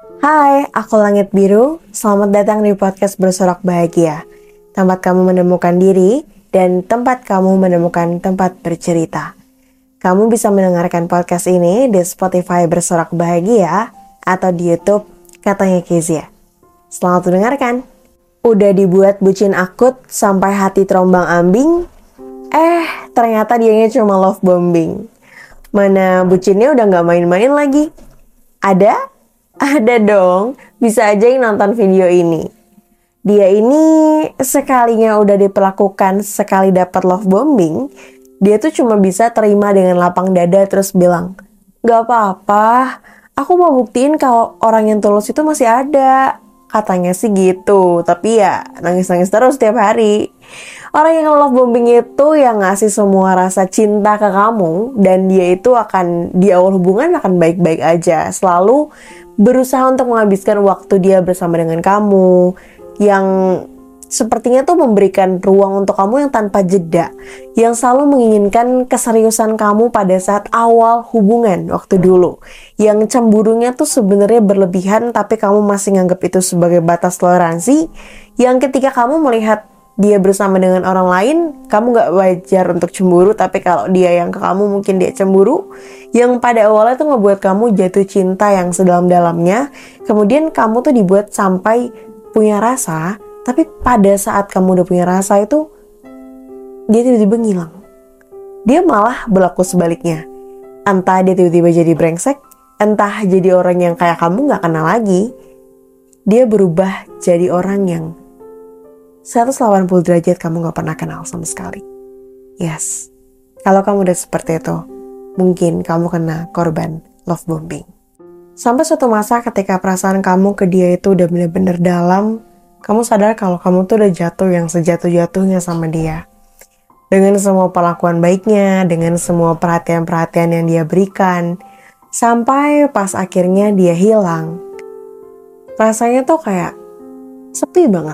Hai, aku Langit Biru. Selamat datang di podcast Bersorak Bahagia. Tempat kamu menemukan diri dan tempat kamu menemukan tempat bercerita. Kamu bisa mendengarkan podcast ini di Spotify Bersorak Bahagia atau di YouTube Katanya Kezia. Selamat mendengarkan. Udah dibuat bucin akut sampai hati terombang-ambing. Ternyata dianya cuma love bombing. Mana bucinnya udah gak main-main lagi. Ada? Ada dong, bisa aja yang nonton video ini. Dia ini sekalinya udah diperlakukan sekali dapat love bombing, dia tuh cuma bisa terima dengan lapang dada terus bilang, "Gak apa-apa, aku mau buktiin kalau orang yang tulus itu masih ada." Katanya sih gitu, tapi ya nangis-nangis terus tiap hari. Orang yang love bombing itu yang ngasih semua rasa cinta ke kamu, dan dia itu akan di awal hubungan akan baik-baik aja, selalu berusaha untuk menghabiskan waktu dia bersama dengan kamu, yang sepertinya tuh memberikan ruang untuk kamu yang tanpa jeda, yang selalu menginginkan keseriusan kamu pada saat awal hubungan waktu dulu, yang cemburunya tuh sebenarnya berlebihan tapi kamu masih nganggap itu sebagai batas toleransi, yang ketika kamu melihat dia bersama dengan orang lain, kamu gak wajar untuk cemburu, tapi kalau dia yang ke kamu mungkin dia cemburu, yang pada awalnya tuh ngebuat kamu jatuh cinta yang sedalam-dalamnya, kemudian kamu tuh dibuat sampai punya rasa, tapi pada saat kamu udah punya rasa itu, dia tiba-tiba ngilang. Dia malah berlaku sebaliknya. Entah dia tiba-tiba jadi brengsek, entah jadi orang yang kayak kamu gak kenal lagi, dia berubah jadi orang yang 180 derajat kamu gak pernah kenal sama sekali. Yes, kalau kamu udah seperti itu, mungkin kamu kena korban love bombing. Sampai suatu masa ketika perasaan kamu ke dia itu udah bener-bener dalam, kamu sadar kalau kamu tuh udah jatuh yang sejatuh-jatuhnya sama dia. Dengan semua perlakuan baiknya, dengan semua perhatian-perhatian yang dia berikan, sampai pas akhirnya dia hilang, rasanya tuh kayak sepi banget.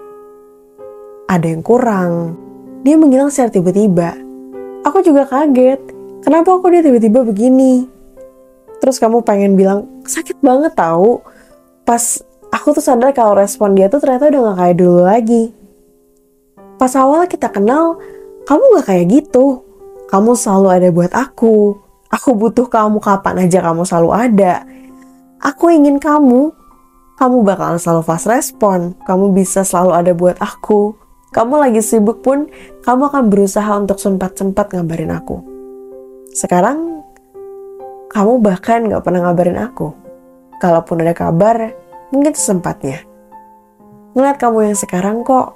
Ada yang kurang. Dia menghilang secara tiba-tiba. Aku juga kaget. Kenapa kok dia tiba-tiba begini? Terus kamu pengen bilang, sakit banget tahu. Pas aku tuh sadar kalau respon dia tuh ternyata udah gak kayak dulu lagi. Pas awal kita kenal, kamu gak kayak gitu. Kamu selalu ada buat aku. Aku butuh kamu kapan aja kamu selalu ada. Aku ingin kamu. Kamu bakalan selalu fast respon. Kamu bisa selalu ada buat aku. Kamu lagi sibuk pun, kamu akan berusaha untuk sempat-sempat ngabarin aku. Sekarang, kamu bahkan gak pernah ngabarin aku. Kalaupun ada kabar, mungkin sesempatnya. Ngeliat kamu yang sekarang kok,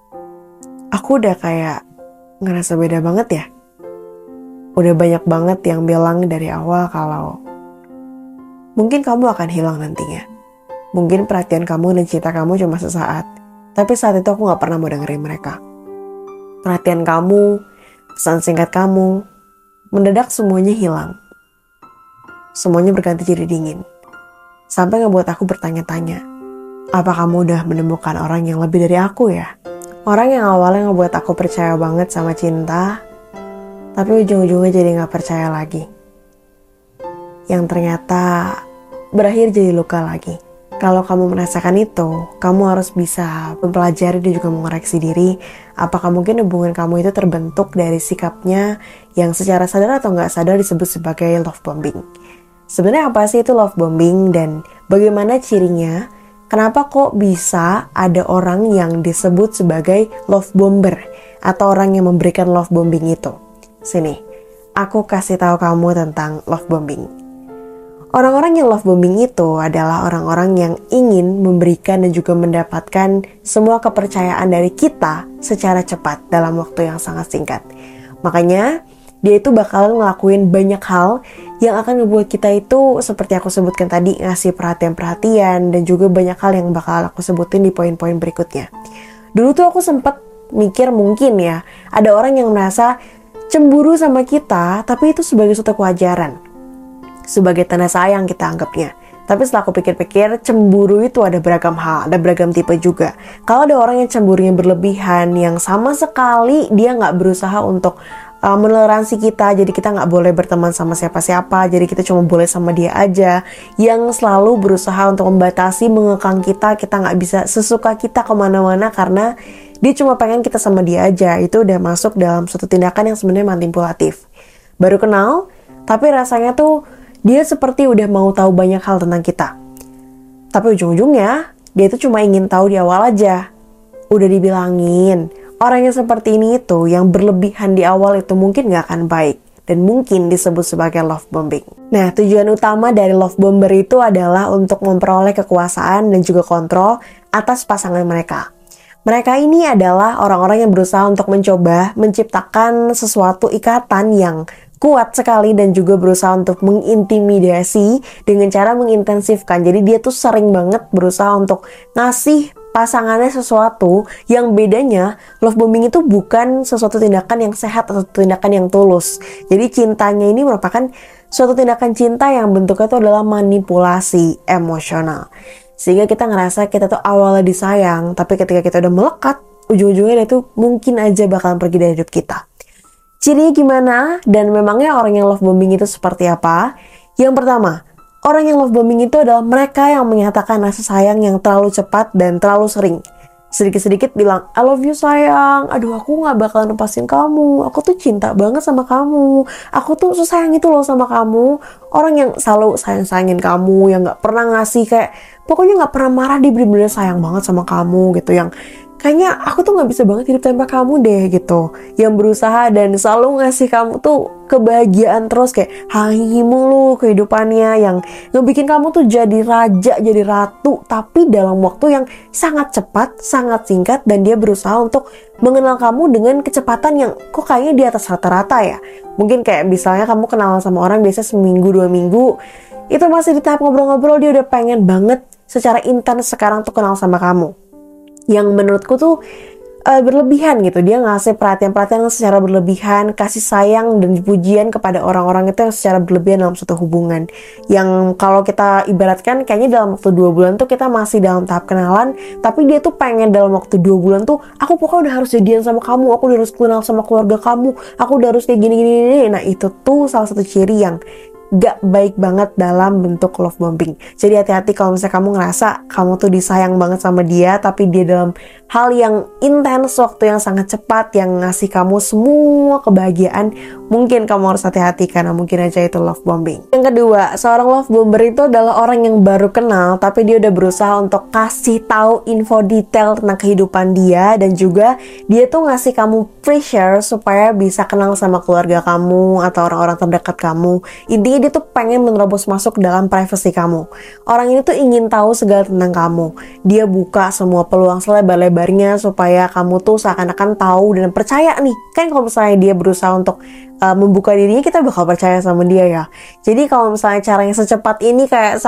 aku udah kayak ngerasa beda banget ya. Udah banyak banget yang bilang dari awal kalau mungkin kamu akan hilang nantinya. Mungkin perhatian kamu dan cinta kamu cuma sesaat. Tapi saat itu aku gak pernah mau dengerin mereka. Perhatian kamu, pesan singkat kamu, mendadak semuanya hilang. Semuanya berganti jadi dingin. Sampai ngebuat aku bertanya-tanya, apa kamu udah menemukan orang yang lebih dari aku ya? Orang yang awalnya ngebuat aku percaya banget sama cinta, tapi ujung-ujungnya jadi gak percaya lagi. Yang ternyata berakhir jadi luka lagi. Kalau kamu merasakan itu, kamu harus bisa mempelajari dan juga mengoreksi diri. Apakah mungkin hubungan kamu itu terbentuk dari sikapnya yang secara sadar atau nggak sadar disebut sebagai love bombing. Sebenarnya apa sih itu love bombing dan bagaimana cirinya? Kenapa kok bisa ada orang yang disebut sebagai love bomber atau orang yang memberikan love bombing itu? Sini, aku kasih tahu kamu tentang love bombing. Orang-orang yang love bombing itu adalah orang-orang yang ingin memberikan dan juga mendapatkan semua kepercayaan dari kita secara cepat dalam waktu yang sangat singkat. Makanya dia itu bakalan ngelakuin banyak hal yang akan membuat kita itu seperti aku sebutkan tadi ngasih perhatian-perhatian dan juga banyak hal yang bakal aku sebutin di poin-poin berikutnya. Dulu tuh aku sempet mikir mungkin ya ada orang yang merasa cemburu sama kita tapi itu sebagai suatu kewajaran. Sebagai tanda sayang kita anggapnya. Tapi setelah aku pikir-pikir, cemburu itu ada beragam hal, ada beragam tipe juga. Kalau ada orang yang cemburunya berlebihan, yang sama sekali dia nggak berusaha untuk meneransi kita, jadi kita nggak boleh berteman sama siapa-siapa, jadi kita cuma boleh sama dia aja, yang selalu berusaha untuk membatasi, mengekang kita nggak bisa sesuka kita kemana-mana karena dia cuma pengen kita sama dia aja. Itu udah masuk dalam suatu tindakan yang sebenarnya manipulatif. Baru kenal, tapi rasanya tuh dia seperti udah mau tahu banyak hal tentang kita. Tapi ujung-ujungnya, dia itu cuma ingin tahu di awal aja. Udah dibilangin, orang yang seperti ini itu, yang berlebihan di awal itu mungkin gak akan baik. Dan mungkin disebut sebagai love bombing. Nah, tujuan utama dari love bomber itu adalah untuk memperoleh kekuasaan dan juga kontrol atas pasangan mereka. Mereka ini adalah orang-orang yang berusaha untuk mencoba menciptakan sesuatu ikatan yang kuat sekali dan juga berusaha untuk mengintimidasi dengan cara mengintensifkan. Jadi dia tuh sering banget berusaha untuk ngasih pasangannya sesuatu yang bedanya love bombing itu bukan sesuatu tindakan yang sehat atau tindakan yang tulus. Jadi cintanya ini merupakan suatu tindakan cinta yang bentuknya itu adalah manipulasi emosional. Sehingga kita ngerasa kita tuh awalnya disayang, tapi ketika kita udah melekat, ujung-ujungnya dia tuh mungkin aja bakalan pergi dari hidup kita. Cirinya gimana? Dan memangnya orang yang love bombing itu seperti apa? Yang pertama, orang yang love bombing itu adalah mereka yang menyatakan rasa sayang yang terlalu cepat dan terlalu sering. Sedikit-sedikit bilang, I love you sayang, aduh aku gak bakalan lepasin kamu, aku tuh cinta banget sama kamu, aku tuh sesayang itu loh sama kamu. Orang yang selalu sayang-sayangin kamu, yang gak pernah ngasih kayak, pokoknya gak pernah marah, dia bener-bener sayang banget sama kamu gitu, yang kayaknya aku tuh gak bisa banget hidup tanpa kamu deh gitu. Yang berusaha dan selalu ngasih kamu tuh kebahagiaan terus, kayak hahihi mulu kehidupannya, yang ngebikin kamu tuh jadi raja, jadi ratu, tapi dalam waktu yang sangat cepat, sangat singkat, dan dia berusaha untuk mengenal kamu dengan kecepatan yang kok kayaknya di atas rata-rata ya. Mungkin kayak misalnya kamu kenalan sama orang biasa seminggu 2 minggu, itu masih di tahap ngobrol-ngobrol, dia udah pengen banget secara intens sekarang tuh kenal sama kamu. Yang menurutku tuh berlebihan gitu. Dia ngasih perhatian-perhatian secara berlebihan, kasih sayang dan pujian kepada orang-orang itu yang secara berlebihan dalam suatu hubungan. Yang kalau kita ibaratkan kayaknya dalam waktu 2 bulan tuh kita masih dalam tahap kenalan, tapi dia tuh pengen dalam waktu 2 bulan tuh aku pokoknya udah harus jadian sama kamu, aku udah harus kenal sama keluarga kamu, aku udah harus kayak gini-gini. Nah itu tuh salah satu ciri yang gak baik banget dalam bentuk love bombing. Jadi hati-hati kalau misalnya kamu ngerasa kamu tuh disayang banget sama dia, tapi dia dalam hal yang intens, waktu yang sangat cepat, yang ngasih kamu semua kebahagiaan, mungkin kamu harus hati-hati karena mungkin aja itu love bombing. Yang kedua, seorang love bomber itu adalah orang yang baru kenal, tapi dia udah berusaha untuk kasih tahu info detail tentang kehidupan dia, dan juga dia tuh ngasih kamu pressure supaya bisa kenal sama keluarga kamu atau orang-orang terdekat kamu. Intinya dia tuh pengen menerobos masuk dalam privasi kamu. Orang ini tuh ingin tahu segala tentang kamu. Dia buka semua peluang selebar-lebarnya supaya kamu tuh seakan-akan tahu dan percaya nih. Kan kalau misalnya dia berusaha untuk membuka dirinya, kita bakal percaya sama dia ya. Jadi kalau misalnya caranya secepat ini kayak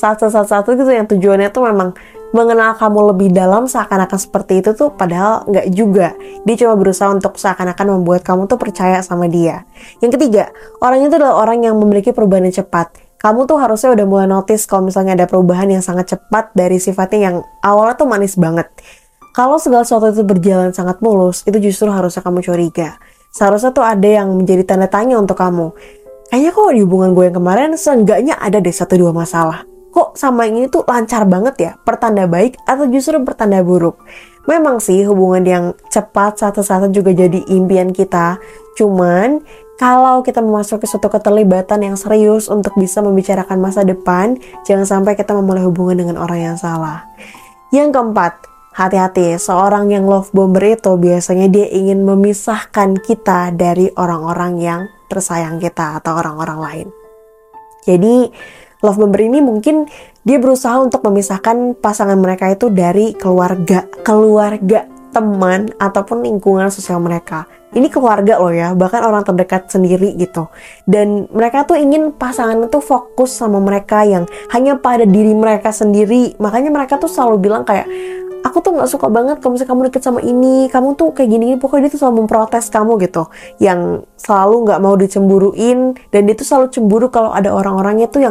satu gitu, yang tujuannya tuh memang mengenal kamu lebih dalam, seakan-akan seperti itu tuh, padahal nggak juga. Dia cuma berusaha untuk seakan-akan membuat kamu tuh percaya sama dia. Yang ketiga, orang itu adalah orang yang memiliki perubahan yang cepat. Kamu tuh harusnya udah mulai notice kalau misalnya ada perubahan yang sangat cepat dari sifatnya yang awalnya tuh manis banget. Kalau segala sesuatu itu berjalan sangat mulus, itu justru harusnya kamu curiga. Seharusnya tuh ada yang menjadi tanda tanya untuk kamu. Kayaknya kok di hubungan gue yang kemarin seenggaknya ada deh 1-2 masalah. Kok sama yang ini tuh lancar banget ya? Pertanda baik atau justru pertanda buruk? Memang sih hubungan yang cepat satu-satu juga jadi impian kita. Cuman kalau kita memasuki suatu keterlibatan yang serius untuk bisa membicarakan masa depan, jangan sampai kita memulai hubungan dengan orang yang salah. Yang keempat, hati-hati, seorang yang love bomber itu biasanya dia ingin memisahkan kita dari orang-orang yang tersayang kita atau orang-orang lain. Jadi love bomber ini mungkin dia berusaha untuk memisahkan pasangan mereka itu dari keluarga, teman, ataupun lingkungan sosial mereka. Ini keluarga loh ya, bahkan orang terdekat sendiri gitu. Dan mereka tuh ingin pasangan itu fokus sama mereka yang hanya pada diri mereka sendiri. Makanya mereka tuh selalu bilang kayak, aku tuh gak suka banget kalau misalnya kamu deket sama ini, kamu tuh kayak gini-gini, pokoknya dia tuh selalu memprotes kamu gitu. Yang selalu gak mau dicemburuin, dan dia tuh selalu cemburu kalau ada orang-orangnya tuh yang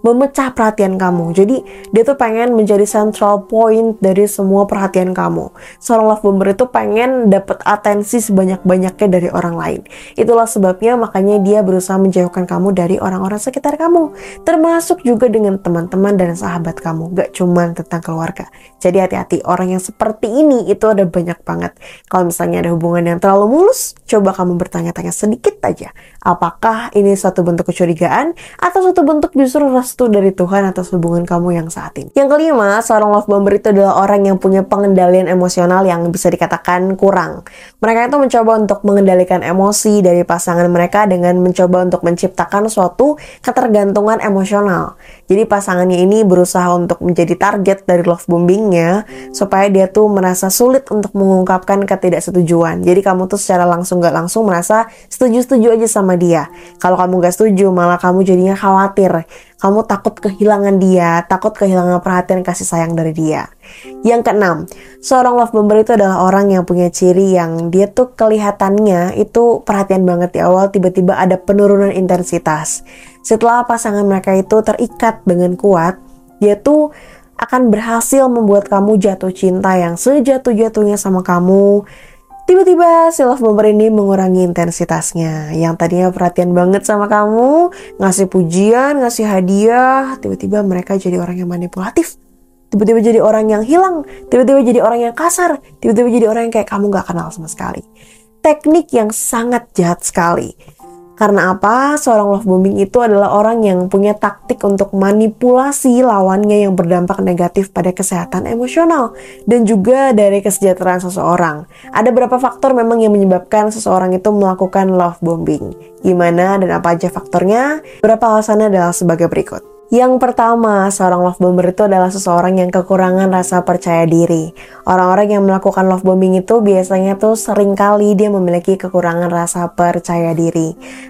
memecah perhatian kamu. Jadi dia tuh pengen menjadi central point dari semua perhatian kamu. Seorang love bomber itu pengen dapat atensi sebanyak-banyaknya dari orang lain. Itulah sebabnya makanya dia berusaha menjauhkan kamu dari orang-orang sekitar kamu, termasuk juga dengan teman-teman dan sahabat kamu. Gak cuma tentang keluarga. Jadi hati-hati, orang yang seperti ini itu ada banyak banget. Kalau misalnya ada hubungan yang terlalu mulus, coba kamu bertanya-tanya sedikit aja. Apakah ini suatu bentuk kecurigaan atau suatu bentuk justru restu dari Tuhan atas hubungan kamu yang saat ini. Yang kelima, seorang love bomber itu adalah orang yang punya pengendalian emosional yang bisa dikatakan kurang. Mereka itu mencoba untuk mengendalikan emosi dari pasangan mereka dengan mencoba untuk menciptakan suatu ketergantungan emosional. Jadi pasangannya ini berusaha untuk menjadi target dari love bombingnya supaya dia tuh merasa sulit untuk mengungkapkan ketidaksetujuan. Jadi kamu tuh secara langsung gak langsung merasa setuju-setuju aja sama dia. Kalau kamu gak setuju, malah kamu jadinya khawatir. Kamu takut kehilangan dia, takut kehilangan perhatian kasih sayang dari dia. Yang keenam, seorang love bomber itu adalah orang yang punya ciri yang dia tuh kelihatannya itu perhatian banget di awal, tiba-tiba ada penurunan intensitas. Setelah pasangan mereka itu terikat dengan kuat, dia tuh akan berhasil membuat kamu jatuh cinta yang sejatuh-jatuhnya sama kamu. Tiba-tiba si love bomber ini mengurangi intensitasnya. Yang tadinya perhatian banget sama kamu, ngasih pujian, ngasih hadiah, tiba-tiba mereka jadi orang yang manipulatif. Tiba-tiba jadi orang yang hilang, tiba-tiba jadi orang yang kasar, tiba-tiba jadi orang yang kayak kamu gak kenal sama sekali. Teknik yang sangat jahat sekali. Karena apa? Seorang love bombing itu adalah orang yang punya taktik untuk manipulasi lawannya yang berdampak negatif pada kesehatan emosional dan juga dari kesejahteraan seseorang. Ada beberapa faktor memang yang menyebabkan seseorang itu melakukan love bombing. Gimana dan apa aja faktornya? Beberapa alasannya adalah sebagai berikut. Yang pertama, seorang love bomber itu adalah seseorang yang kekurangan rasa percaya diri. Orang-orang yang melakukan love bombing itu biasanya tuh seringkali dia memiliki kekurangan rasa percaya diri.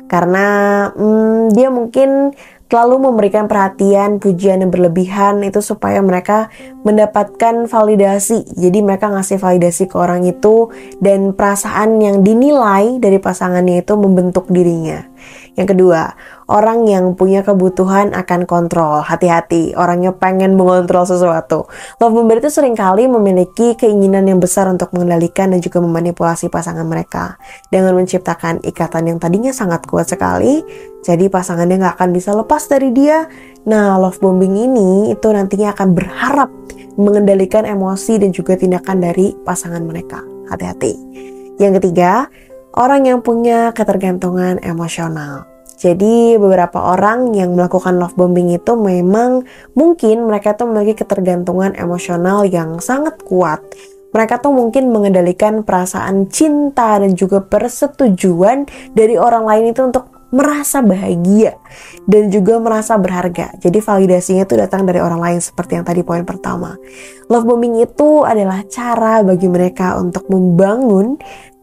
Karena dia mungkin terlalu memberikan perhatian, pujian yang berlebihan itu supaya mereka mendapatkan validasi. Jadi mereka ngasih validasi ke orang itu dan perasaan yang dinilai dari pasangannya itu membentuk dirinya. Yang kedua, orang yang punya kebutuhan akan kontrol. Hati-hati, orangnya pengen mengontrol sesuatu. Love bomber itu seringkali memiliki keinginan yang besar untuk mengendalikan dan juga memanipulasi pasangan mereka dengan menciptakan ikatan yang tadinya sangat kuat sekali. Jadi pasangannya gak akan bisa lepas dari dia. Nah, love bombing ini itu nantinya akan berharap mengendalikan emosi dan juga tindakan dari pasangan mereka. Hati-hati. Yang ketiga, orang yang punya ketergantungan emosional. Jadi beberapa orang yang melakukan love bombing itu memang mungkin mereka tuh memiliki ketergantungan emosional yang sangat kuat. Mereka tuh mungkin mengendalikan perasaan cinta dan juga persetujuan dari orang lain itu untuk merasa bahagia dan juga merasa berharga. Jadi validasinya itu datang dari orang lain seperti yang tadi poin pertama. Love bombing itu adalah cara bagi mereka untuk membangun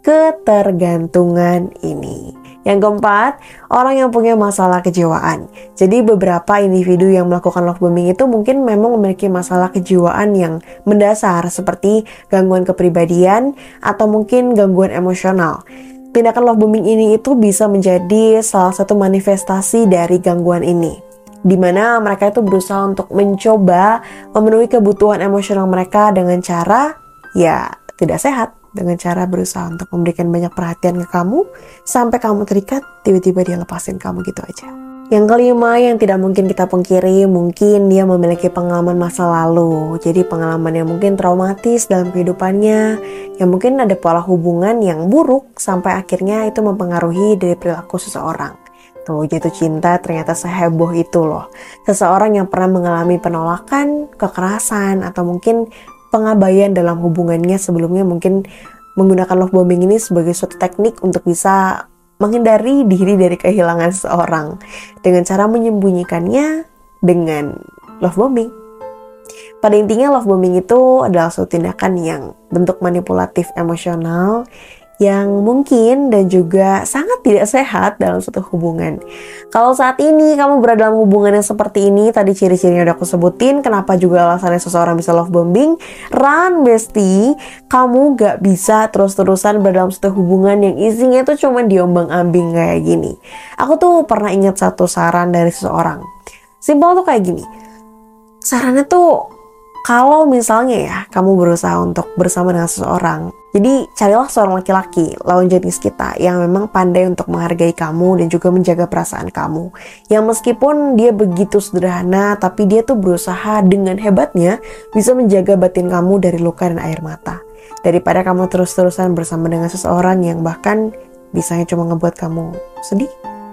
ketergantungan ini. Yang keempat, orang yang punya masalah kejiwaan. Jadi beberapa individu yang melakukan love bombing itu mungkin memang memiliki masalah kejiwaan yang mendasar seperti gangguan kepribadian atau mungkin gangguan emosional. Tindakan love bombing ini itu bisa menjadi salah satu manifestasi dari gangguan ini, di mana mereka itu berusaha untuk mencoba memenuhi kebutuhan emosional mereka dengan cara ya tidak sehat. Dengan cara berusaha untuk memberikan banyak perhatian ke kamu sampai kamu terikat, tiba-tiba dia lepasin kamu gitu aja. Yang kelima yang tidak mungkin kita pungkiri, mungkin dia memiliki pengalaman masa lalu. Jadi pengalaman yang mungkin traumatis dalam kehidupannya, yang mungkin ada pola hubungan yang buruk sampai akhirnya itu mempengaruhi dari perilaku seseorang. Tuh, jatuh cinta ternyata seheboh itu loh. Seseorang yang pernah mengalami penolakan, kekerasan, atau mungkin pengabaian dalam hubungannya sebelumnya, mungkin menggunakan love bombing ini sebagai suatu teknik untuk bisa menghindari diri dari kehilangan seseorang dengan cara menyembunyikannya dengan love bombing. Pada intinya love bombing itu adalah suatu tindakan yang bentuk manipulatif emosional yang mungkin dan juga sangat tidak sehat dalam suatu hubungan. Kalau saat ini kamu berada dalam hubungan yang seperti ini, tadi ciri-cirinya udah aku sebutin, kenapa juga alasannya seseorang bisa love bombing, run bestie, kamu gak bisa terus-terusan berada dalam suatu hubungan yang isinya tuh cuma diombang-ambing kayak gini. Aku tuh pernah ingat satu saran dari seseorang. Simpel tuh kayak gini. Sarannya tuh, kalau misalnya ya kamu berusaha untuk bersama dengan seseorang, jadi carilah seorang laki-laki lawan jenis kita yang memang pandai untuk menghargai kamu dan juga menjaga perasaan kamu. Yang meskipun dia begitu sederhana, tapi dia tuh berusaha dengan hebatnya bisa menjaga batin kamu dari luka dan air mata. Daripada kamu terus-terusan bersama dengan seseorang yang bahkan bisanya cuma ngebuat kamu sedih,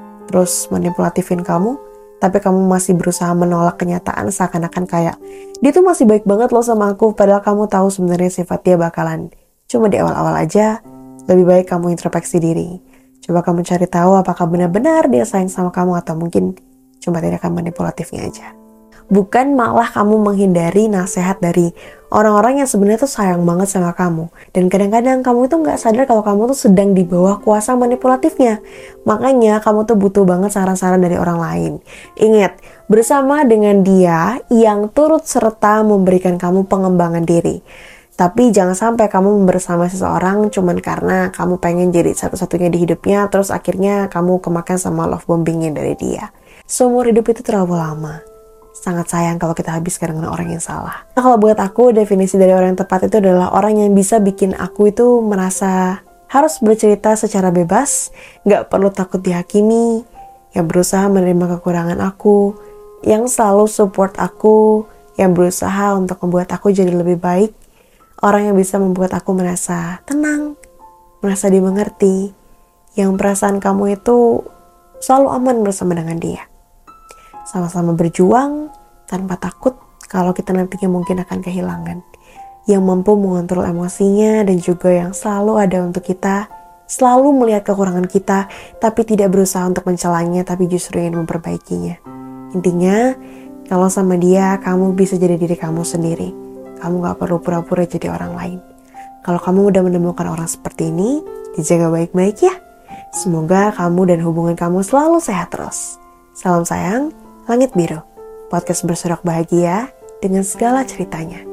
terus manipulatifin kamu, tapi kamu masih berusaha menolak kenyataan seakan-akan kayak dia tuh masih baik banget loh sama aku, padahal kamu tahu sebenarnya sifat dia bakalan cuma di awal-awal aja. Lebih baik kamu introspeksi diri. Coba kamu cari tahu apakah benar-benar dia sayang sama kamu atau mungkin cuma tindakan manipulatifnya aja. Bukan malah kamu menghindari nasihat dari orang-orang yang sebenarnya tuh sayang banget sama kamu. Dan kadang-kadang kamu tuh gak sadar kalau kamu tuh sedang di bawah kuasa manipulatifnya. Makanya kamu tuh butuh banget saran-saran dari orang lain. Ingat, bersama dengan dia yang turut serta memberikan kamu pengembangan diri. Tapi jangan sampai kamu bersama seseorang cuman karena kamu pengen jadi satu-satunya di hidupnya, terus akhirnya kamu kemakan sama love bombingnya dari dia. Seumur hidup itu terlalu lama. Sangat sayang kalau kita habiskan dengan orang yang salah. Nah, kalau buat aku, definisi dari orang yang tepat itu adalah orang yang bisa bikin aku itu merasa harus bercerita secara bebas, gak perlu takut dihakimi, yang berusaha menerima kekurangan aku, yang selalu support aku, yang berusaha untuk membuat aku jadi lebih baik, orang yang bisa membuat aku merasa tenang, merasa dimengerti, yang perasaan kamu itu selalu aman bersama dengan dia. Sama-sama berjuang tanpa takut kalau kita nantinya mungkin akan kehilangan. Yang mampu mengontrol emosinya dan juga yang selalu ada untuk kita, selalu melihat kekurangan kita, tapi tidak berusaha untuk mencelanya, tapi justru ingin memperbaikinya. Intinya, kalau sama dia, kamu bisa jadi diri kamu sendiri. Kamu gak perlu pura-pura jadi orang lain. Kalau kamu udah menemukan orang seperti ini, dijaga baik-baik ya. Semoga kamu dan hubungan kamu selalu sehat terus. Salam sayang, Langit Biru, podcast bersorak bahagia dengan segala ceritanya.